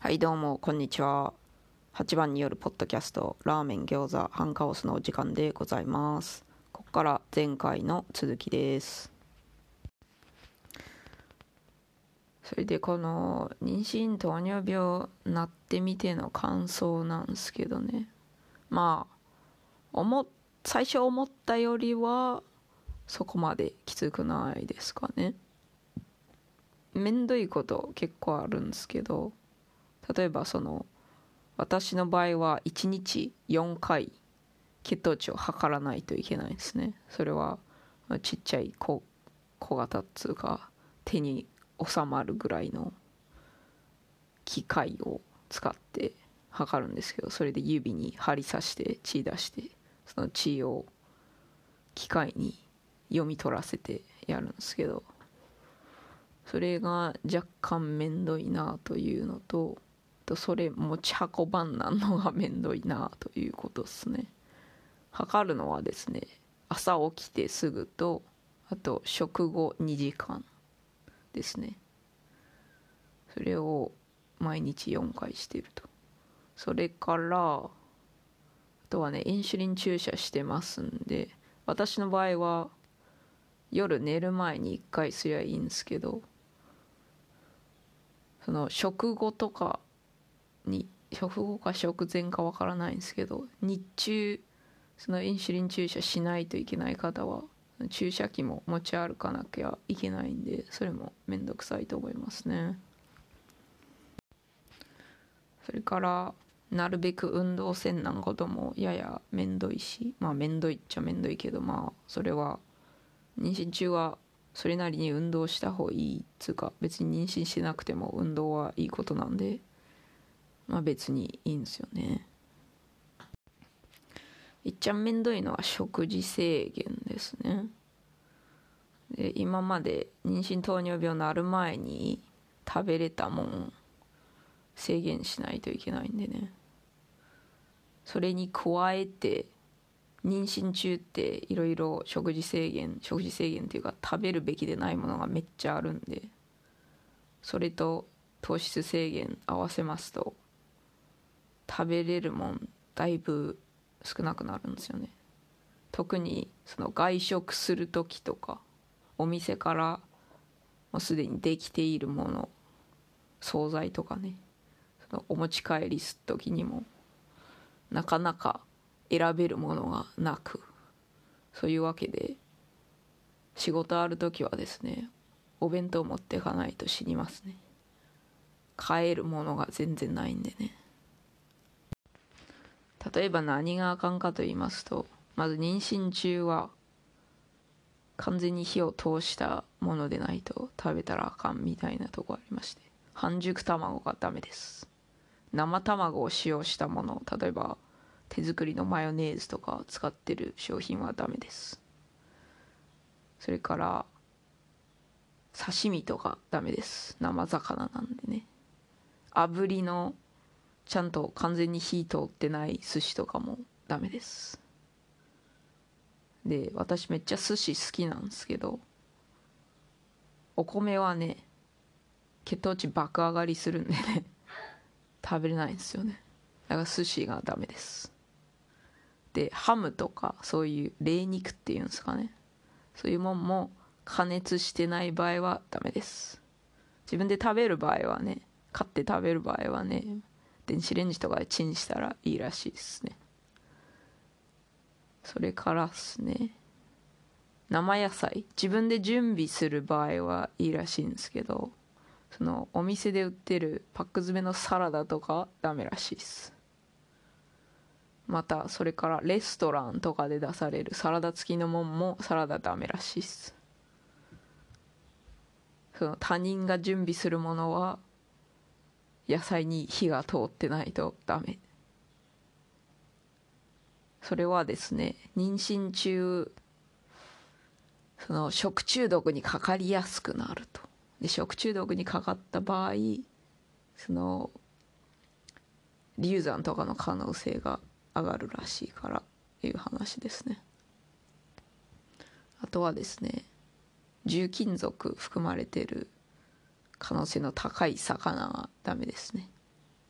はいどうもこんにちは。8番によるポッドキャストラーメン餃子ハンカオスのお時間でございます。ここから前回の続きです。それでこの妊娠糖尿病なってみての感想なんですけどね、最初思ったよりはそこまできつくないですかね。めんどいこと結構あるんですけど、例えば私の場合は1日4回血糖値を測らないといけないんですね。それはちっちゃい小型っつうか手に収まるぐらいの機械を使って測るんですけど、それで指に針刺して血出して、その血を機械に読み取らせてやるんですけど、それが若干めんどいなというのと、それ持ち運ばんなんのがめんどいなということですね。測るのはですね、朝起きてすぐと、あと食後2時間ですね。それを毎日4回していると。それからあとはね、インシュリン注射してますんで、私の場合は夜寝る前に1回すりゃいいんですけど、その食後か食前かわからないんですけど、日中そのインシュリン注射しないといけない方は注射器も持ち歩かなきゃいけないんで、それもめんどくさいと思いますね。それからなるべく運動せんなんこともややめんどいし、めんどいっちゃめんどいけど、それは妊娠中はそれなりに運動した方がいいっつうか、別に妊娠しなくても運動はいいことなんで、別にいいんですよね。いっちゃんめんどいのは食事制限ですね。で、今まで妊娠糖尿病になる前に食べれたもん制限しないといけないんでね。それに加えて妊娠中っていろいろ食事制限っていうか、食べるべきでないものがめっちゃあるんで、それと糖質制限合わせますと食べれるもんだいぶ少なくなるんですよね。特にその外食する時とか、お店からもうすでにできているもの、惣菜とかね、そのお持ち帰りする時にもなかなか選べるものがなく、そういうわけで仕事ある時はですね、お弁当持っていかないと死にますね。買えるものが全然ないんでね。例えば何があかんかと言いますと、まず妊娠中は完全に火を通したものでないと食べたらあかんみたいなとこありまして、半熟卵がダメです。生卵を使用したもの、例えば手作りのマヨネーズとか使ってる商品はダメです。それから刺身とかダメです。生魚なんでね。炙りのちゃんと完全に火通ってない寿司とかもダメです。で、私めっちゃ寿司好きなんですけど、お米はね、血糖値爆上がりするんでね食べれないんですよね。だから寿司がダメです。で、ハムとかそういう冷肉っていうんですかね、そういうもんも加熱してない場合はダメです。自分で食べる場合はね、買って食べる場合はね、電子レンジとかでチンしたらいいらしいですね。それからですね、生野菜自分で準備する場合はいいらしいんですけど、そのお店で売ってるパック詰めのサラダとかダメらしいです。またそれからレストランとかで出されるサラダ付きのもんもサラダダメらしいです。その他人が準備するものは野菜に火が通ってないとダメ。それはですね、妊娠中その食中毒にかかりやすくなると。で、食中毒にかかった場合、その流産とかの可能性が上がるらしいからいう話ですね。あとはですね、重金属含まれている可能性の高い魚はダメですね。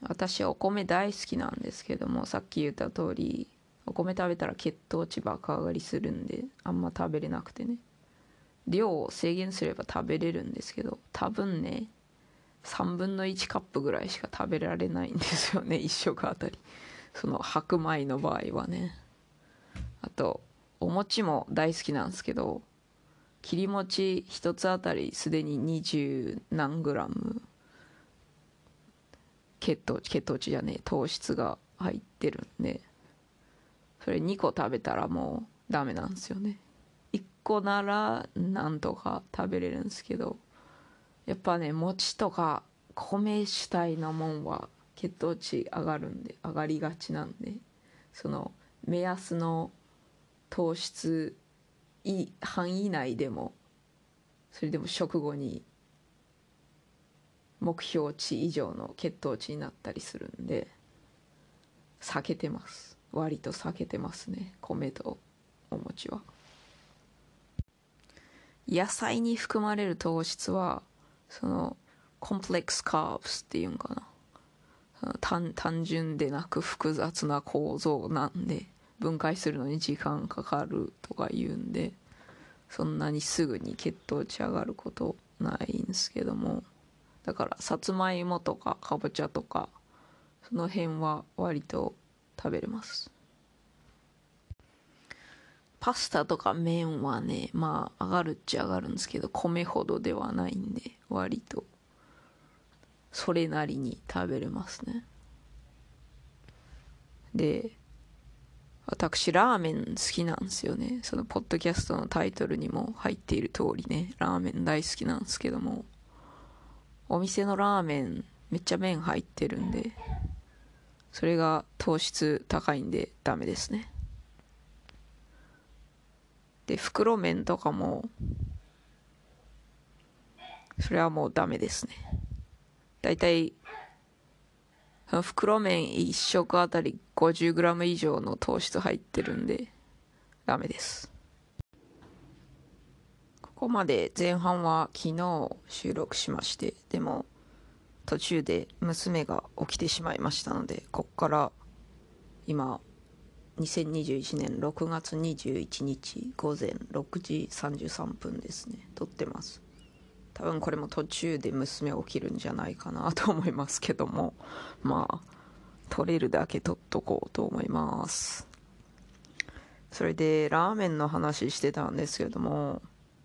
私はお米大好きなんですけども、さっき言った通りお米食べたら血糖値爆上がりするんであんま食べれなくてね。量を制限すれば食べれるんですけど、多分ね3分の1カップぐらいしか食べられないんですよね、1食あたり。その白米の場合はね。あとお餅も大好きなんですけど、切り餅一つあたりすでに20何グラム血糖値じゃねえ糖質が入ってるんで、それ2個食べたらもうダメなんですよね。1個ならなんとか食べれるんですけど、やっぱね餅とか米主体のもんは血糖値上がりがちなんで、その目安の糖質範囲内でも、それでも食後に目標値以上の血糖値になったりするんで避けてます。割と避けてますね、米とお餅は。野菜に含まれる糖質はそのコンプレックスカーブスっていうんかな、単純でなく複雑な構造なんで分解するのに時間かかるとか言うんで、そんなにすぐに血糖値上がることないんですけども、だからさつまいもとかかぼちゃとかその辺は割と食べれます。パスタとか麺はねまあ上がるっちゃ上がるんですけど、米ほどではないんで割とそれなりに食べれますね。で私ラーメン好きなんですよね。そのポッドキャストのタイトルにも入っている通りね、ラーメン大好きなんですけども、お店のラーメンめっちゃ麺入ってるんで、それが糖質高いんでダメですね。で袋麺とかもそれはもうダメですね。だいたい袋麺1食あたり 50g 以上の糖質入ってるんでダメです。ここまで前半は昨日収録しまして、でも途中で娘が起きてしまいましたので、こっから今2021年6月21日午前6時33分ですね、撮ってます。多分これも途中で娘起きるんじゃないかなと思いますけども、まあ撮れるだけ撮っとこうと思います。それでラーメンの話してたんですけども、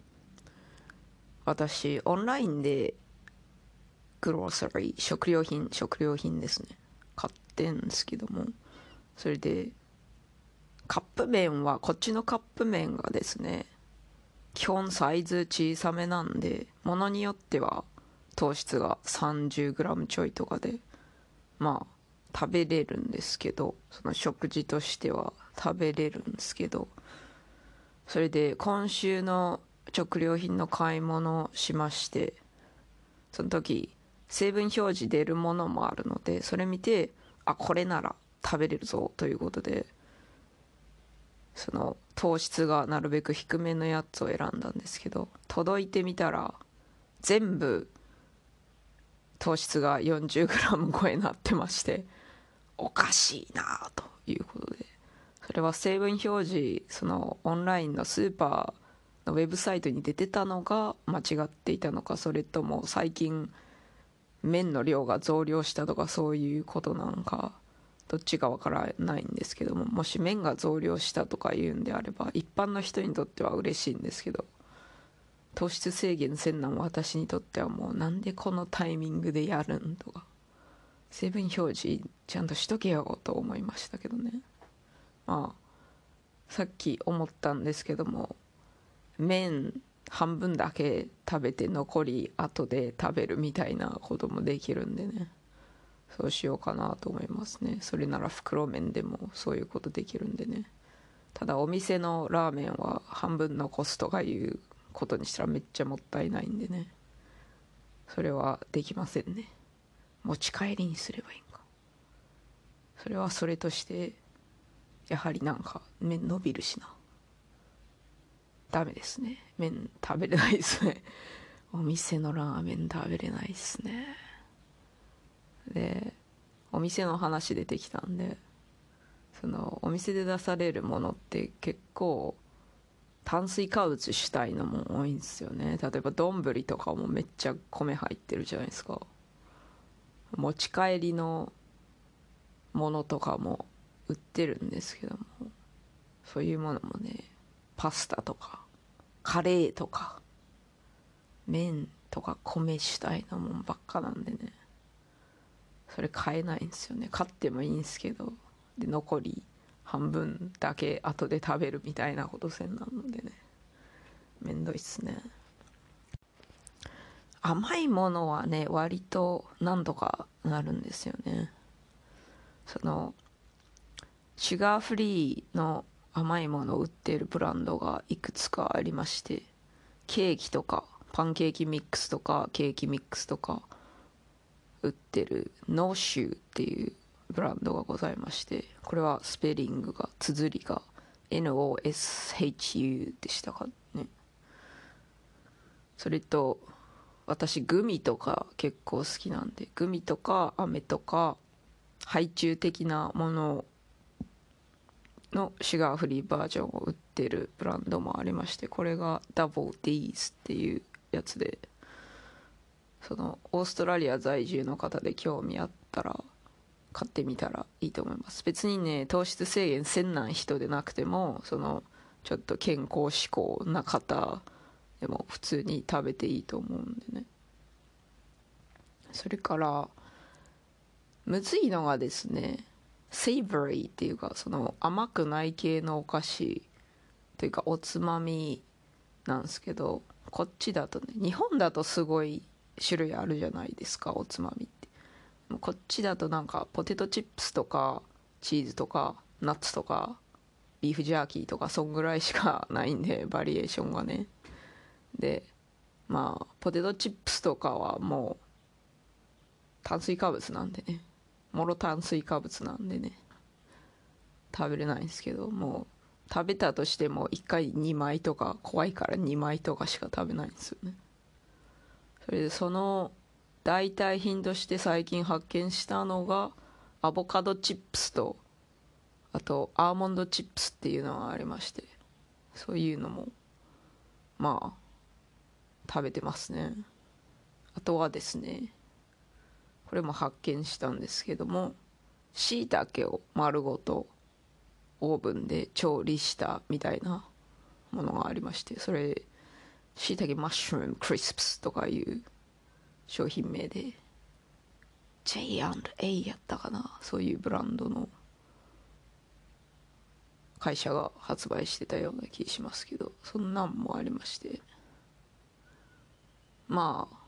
私オンラインでグローサリー食料品ですね買ってんですけども、それでカップ麺はこっちのカップ麺がですね基本サイズ小さめなんで、ものによっては糖質が 30g ちょいとかでまあ食べれるんですけど、その食事としては食べれるんですけど、それで今週の食料品の買い物をしまして、その時成分表示出るものもあるので、それ見てこれなら食べれるぞということで、その糖質がなるべく低めのやつを選んだんですけど、届いてみたら全部糖質が 40g 超えになってまして、おかしいなということで、それは成分表示そのオンラインのスーパーのウェブサイトに出てたのが間違っていたのか、それとも最近麺の量が増量したとかそういうことなのか、どっちかわからないんですけども、もし麺が増量したとか言うんであれば一般の人にとっては嬉しいんですけど、糖質制限せんなん私にとってはもうなんでこのタイミングでやるんとか、成分表示ちゃんとしとけよと思いましたけどね。まあさっき思ったんですけども、麺半分だけ食べて残り後で食べるみたいなこともできるんでね、そうしようかなと思いますね。それなら袋麺でもそういうことできるんでね。ただお店のラーメンは半分残すとかいうことにしたらめっちゃもったいないんでね、それはできませんね。持ち帰りにすればいいんか。それはそれとして、やはりなんか麺伸びるしな、ダメですね。麺食べれないですね。お店のラーメン食べれないですね。でお店の話出てきたんで、そのお店で出されるものって結構炭水化物主体のも多いんですよね。例えば丼とかもめっちゃ米入ってるじゃないですか。持ち帰りのものとかも売ってるんですけども、そういうものもね、パスタとかカレーとか麺とか米主体のもんばっかなんでね、それ買えないんですよね。買ってもいいんですけど、で残り半分だけ後で食べるみたいなことせんなんのでね、めんどいっすね。甘いものはね割と何とかなるんですよね。そのシュガーフリーの甘いものを売っているブランドがいくつかありまして、ケーキとかパンケーキミックスとかケーキミックスとか売ってるノーシューっていうブランドがございまして、これはスペリングが綴りが NOSHU でしたかね。それと私グミとか結構好きなんで、グミとか飴とかハイチュウ的なもののシュガーフリーバージョンを売ってるブランドもありまして、これが Double D's っていうやつで、そのオーストラリア在住の方で興味あったら買ってみたらいいと思います。別にね糖質制限せんない人でなくても、そのちょっと健康志向な方でも普通に食べていいと思うんでね。それからむずいのがですね、セイバリーっていうか、その甘くない系のお菓子というかおつまみなんですけど、こっちだとね、日本だとすごい種類あるじゃないですか、おつまみって。こっちだとなんかポテトチップスとかチーズとかナッツとかビーフジャーキーとかそんぐらいしかないんで、バリエーションがね。でまあポテトチップスとかはもう炭水化物なんでね、もろ炭水化物なんでね食べれないんですけど、もう食べたとしても1回2枚とか、怖いから2枚とかしか食べないんですよね。それでその代替品として最近発見したのがアボカドチップスと、あとアーモンドチップスっていうのがありまして、そういうのもまあ食べてますね。あとはですね、これも発見したんですけども、しいたけを丸ごとオーブンで調理したみたいなものがありまして、それしいたけマッシュルームクリスプスとかいう商品名で J&A やったかな、そういうブランドの会社が発売してたような気しますけど、そんなんもありまして、まあ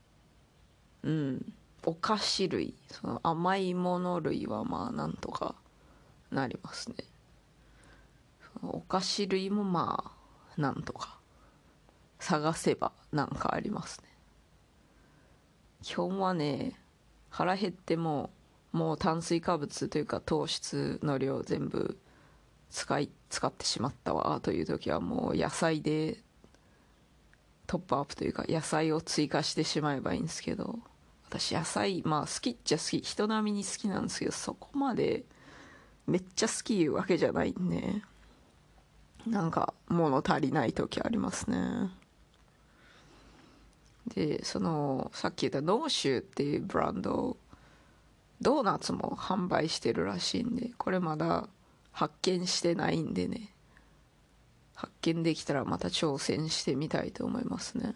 お菓子類、その甘いもの類はまあなんとかなりますね。お菓子類もまあなんとか探せばなんかありますね。基本はね、腹減ってもう炭水化物というか糖質の量全部使ってしまったわという時は、もう野菜でトップアップというか野菜を追加してしまえばいいんですけど、私野菜まあ好きっちゃ好き、人並みに好きなんですけど、そこまでめっちゃ好きいうわけじゃないんで、なんか物足りない時ありますね。でそのさっき言ったノーシューっていうブランド、ドーナツも販売してるらしいんで、これまだ発見してないんでね、発見できたらまた挑戦してみたいと思いますね。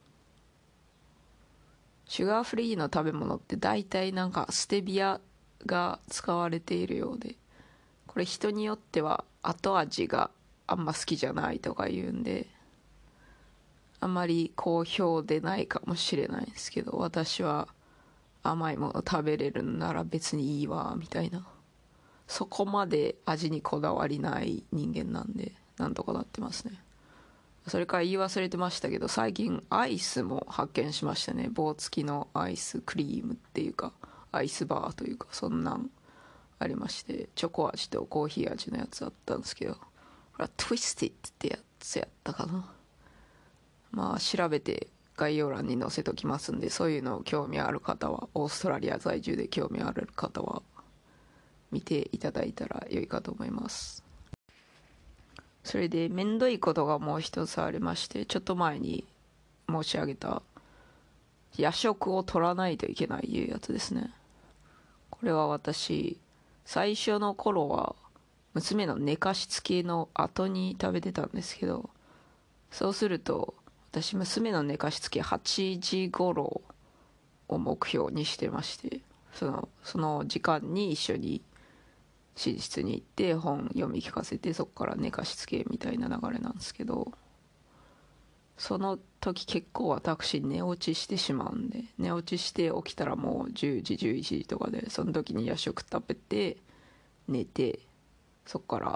シュガーフリーの食べ物って大体なんかステビアが使われているようで、これ人によっては後味があんま好きじゃないとか言うんで、あんまり好評でないかもしれないんですけど、私は甘いもの食べれるんなら別にいいわみたいな、そこまで味にこだわりない人間なんでなんとかなってますね。それから言い忘れてましたけど、最近アイスも発見しましたね。棒付きのアイスクリームっていうかアイスバーというか、そんなんありまして、チョコ味とコーヒー味のやつあったんですけど、これはトゥイスティッドってやつやったかな。まあ調べて概要欄に載せときますんで、そういうの興味ある方は、オーストラリア在住で興味ある方は見ていただいたら良いかと思います。それでめんどいことがもう一つありまして、ちょっと前に申し上げた夜食を取らないといけないいうやつですね。これは私最初の頃は娘の寝かしつけの後に食べてたんですけど、そうすると私娘の寝かしつけ8時頃を目標にしてまして、その時間に一緒に寝室に行って本読み聞かせて、そこから寝かしつけみたいな流れなんですけど、その時結構私寝落ちしてしまうんで、寝落ちして起きたらもう10時11時とかで、その時に夜食食べて寝て、そこから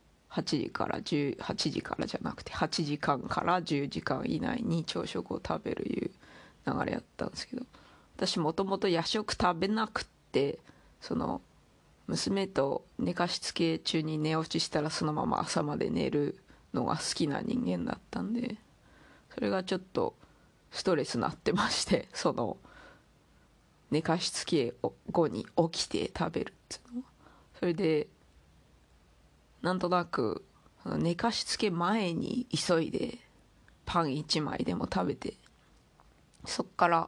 8時からじゃなくて8時間から10時間以内に朝食を食べるいう流れやったんですけど、私もともと夜食食べなくって、その娘と寝かしつけ中に寝落ちしたらそのまま朝まで寝るのが好きな人間だったんで、それがちょっとストレスになってまして、その寝かしつけ後に起きて食べるっていうのは。それでなんとなく寝かしつけ前に急いでパン1枚でも食べて、そっから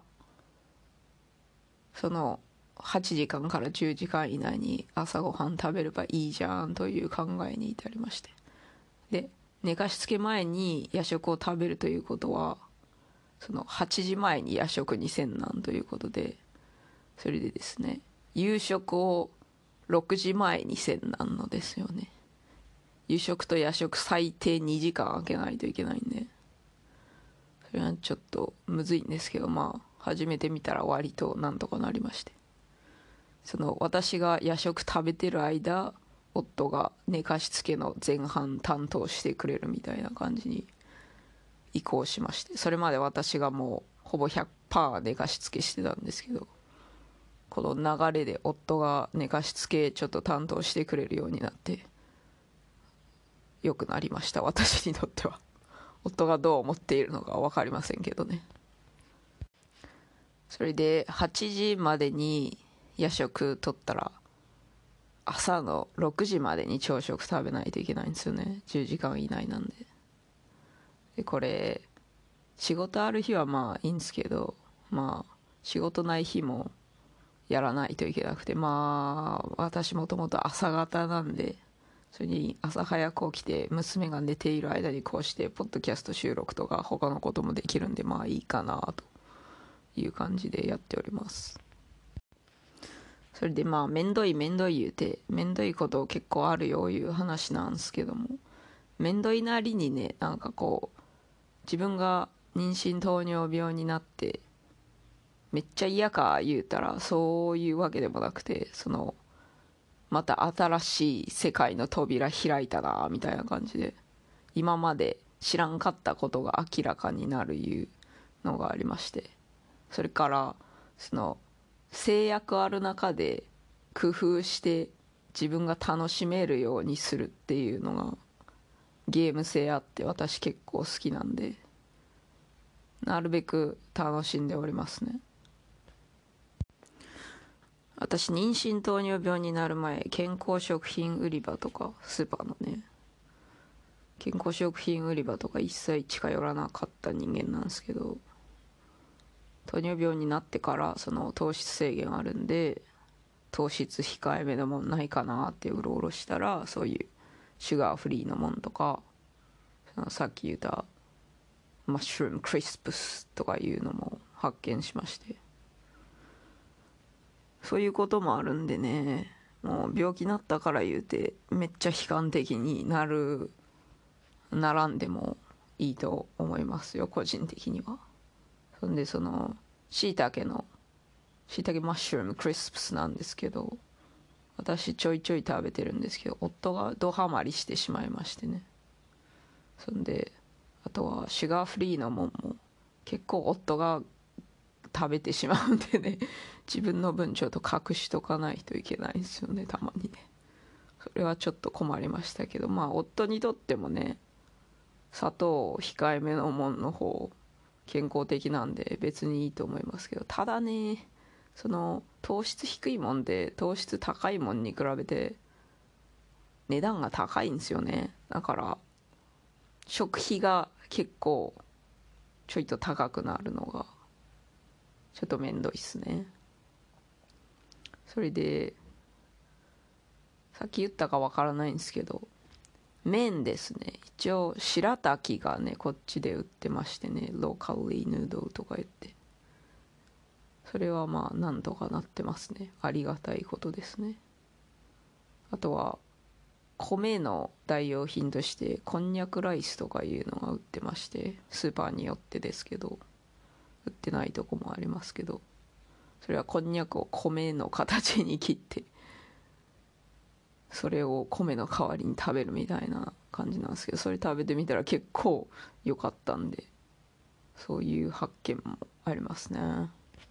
その8時間から10時間以内に朝ごはん食べればいいじゃんという考えに至りまして、で寝かしつけ前に夜食を食べるということは、その8時前に夜食にせんなんということで、それでですね、夕食を6時前にせんなんのですよね。夕食と夜食最低2時間空けないといけないんで、それはちょっとむずいんですけど、まあ始めてみたら割となんとかなりまして、その私が夜食食べてる間、夫が寝かしつけの前半担当してくれるみたいな感じに移行しまして、それまで私がもうほぼ 100% 寝かしつけしてたんですけど、この流れで夫が寝かしつけちょっと担当してくれるようになって良くなりました、私にとっては。夫がどう思っているのか分かりませんけどね。それで8時までに夜食取ったら朝の6時までに朝食食べないといけないんですよね。10時間以内なんで。でこれ仕事ある日はまあいいんですけど、まあ仕事ない日もやらないといけなくて、まあ私もともと朝方なんで、それに朝早く起きて娘が寝ている間にこうしてポッドキャスト収録とか他のこともできるんで、まあいいかなという感じでやっております。それでまあめんどい言うて、めんどいこと結構あるよいう話なんですけども、めんどいなりにね、なんかこう自分が妊娠糖尿病になってめっちゃ嫌か言うたらそういうわけでもなくて、そのまた新しい世界の扉開いたなみたいな感じで、今まで知らんかったことが明らかになるいうのがありまして、それからその制約ある中で工夫して自分が楽しめるようにするっていうのがゲーム性あって私結構好きなんで、なるべく楽しんでおりますね。私妊娠糖尿病になる前、健康食品売り場とかスーパーのね、健康食品売り場とか一切近寄らなかった人間なんですけど、糖尿病になってからその糖質制限あるんで、糖質控えめのもんないかなってうろうろしたら、そういうシュガーフリーのもんとか、そのさっき言ったマッシュルームクリスプスとかいうのも発見しまして、そういうこともあるんでね、もう病気になったから言うてめっちゃ悲観的にならんでもいいと思いますよ、個人的には。そんでその椎茸マッシュルームクリスプスなんですけど、私ちょいちょい食べてるんですけど、夫がドハマりしてしまいましてね。そんであとはシュガーフリーのもんも結構夫が食べてしまうんでね、自分の分ちょっと隠しとかないといけないんですよね、たまにね。それはちょっと困りましたけど、まあ夫にとってもね、砂糖控えめのもんの方健康的なんで別にいいと思いますけど、ただね、その糖質低いもんで糖質高いもんに比べて値段が高いんですよね。だから食費が結構ちょいと高くなるのがちょっとめんどいっすね。それでさっき言ったかわからないんですけど、麺ですね。一応白滝がねこっちで売ってましてね、ローカリーヌードルとか言って、それはまあなんとかなってますね。ありがたいことですね。あとは米の代用品としてこんにゃくライスとかいうのが売ってまして、スーパーによってですけど、売ってないとこもありますけど、それはこんにゃくを米の形に切ってそれを米の代わりに食べるみたいな感じなんですけど、それ食べてみたら結構良かったんで、そういう発見もありますね。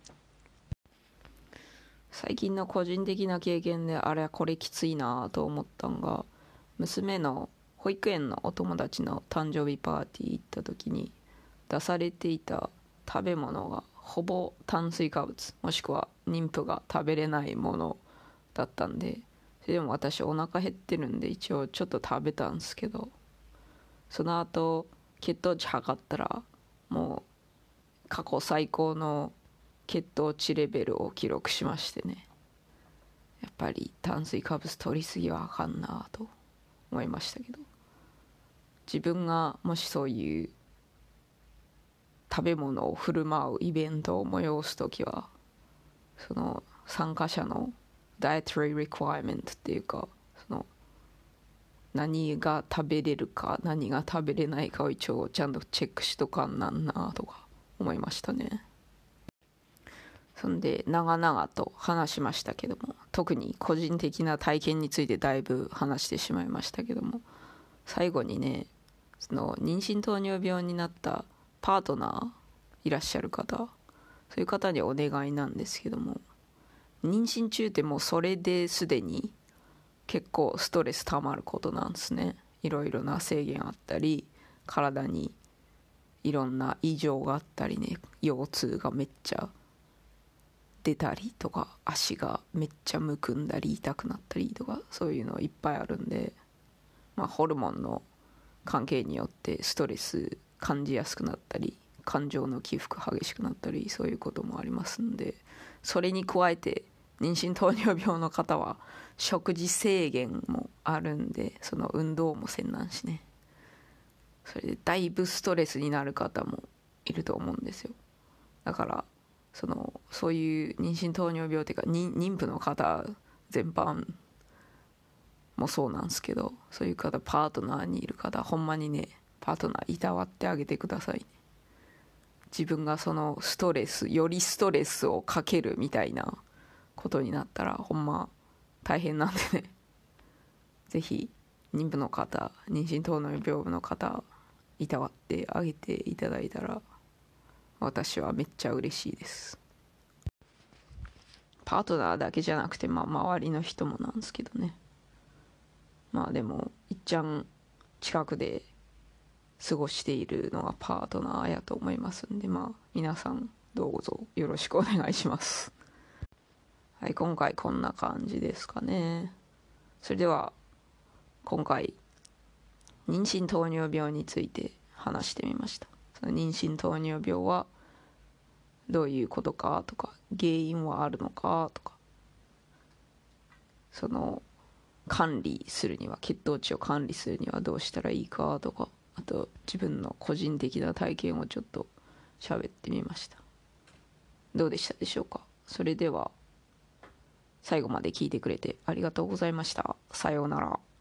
最近の個人的な経験であれはこれきついなと思ったんが、娘の保育園のお友達の誕生日パーティー行った時に出されていた食べ物がほぼ炭水化物もしくは妊婦が食べれないものだったんで、それでも私お腹減ってるんで一応ちょっと食べたんですけど、その後血糖値測ったらもう過去最高の血糖値レベルを記録しましてね、やっぱり炭水化物取りすぎはあかんなと思いましたけど、自分がもしそういう食べ物を振る舞うイベントを催すときは、その参加者のdietary requirement っていうか、その何が食べれるか何が食べれないかを一応ちゃんとチェックしとかんなんなとか思いましたね。そんで長々と話しましたけども、特に個人的な体験についてだいぶ話してしまいましたけども、最後にね、その妊娠糖尿病になったパートナーいらっしゃる方、そういう方にお願いなんですけども、妊娠中ってもうそれですでに結構ストレスたまることなんですね。いろいろな制限あったり、体にいろんな異常があったりね、腰痛がめっちゃ出たりとか、足がめっちゃむくんだり痛くなったりとか、そういうのいっぱいあるんで、まあ、ホルモンの関係によってストレス感じやすくなったり、感情の起伏激しくなったり、そういうこともありますんで、それに加えて妊娠糖尿病の方は食事制限もあるんで、その運動もせんなんしね、それでだいぶストレスになる方もいると思うんですよ。だからそういう妊娠糖尿病っていうか妊婦の方全般もそうなんですけど、そういう方、パートナーにいる方、ほんまにね、パートナーいたわってあげてくださいね。自分がそのストレス、よりストレスをかけるみたいなことになったらほんま大変なんでね、ぜひ妊婦の方、妊娠糖尿病の方いたわってあげていただいたら私はめっちゃ嬉しいです。パートナーだけじゃなくて、まあ周りの人もなんですけどね。まあでもいっちゃん近くで過ごしているのがパートナーやと思いますんで、まあ皆さんどうぞよろしくお願いします。はい、今回こんな感じですかね。それでは今回妊娠糖尿病について話してみました。その妊娠糖尿病はどういうことかとか、原因はあるのかとか、その管理するには、血糖値を管理するにはどうしたらいいかとか、あと自分の個人的な体験をちょっと喋ってみました。どうでしたでしょうか。それでは最後まで聞いてくれてありがとうございました。さようなら。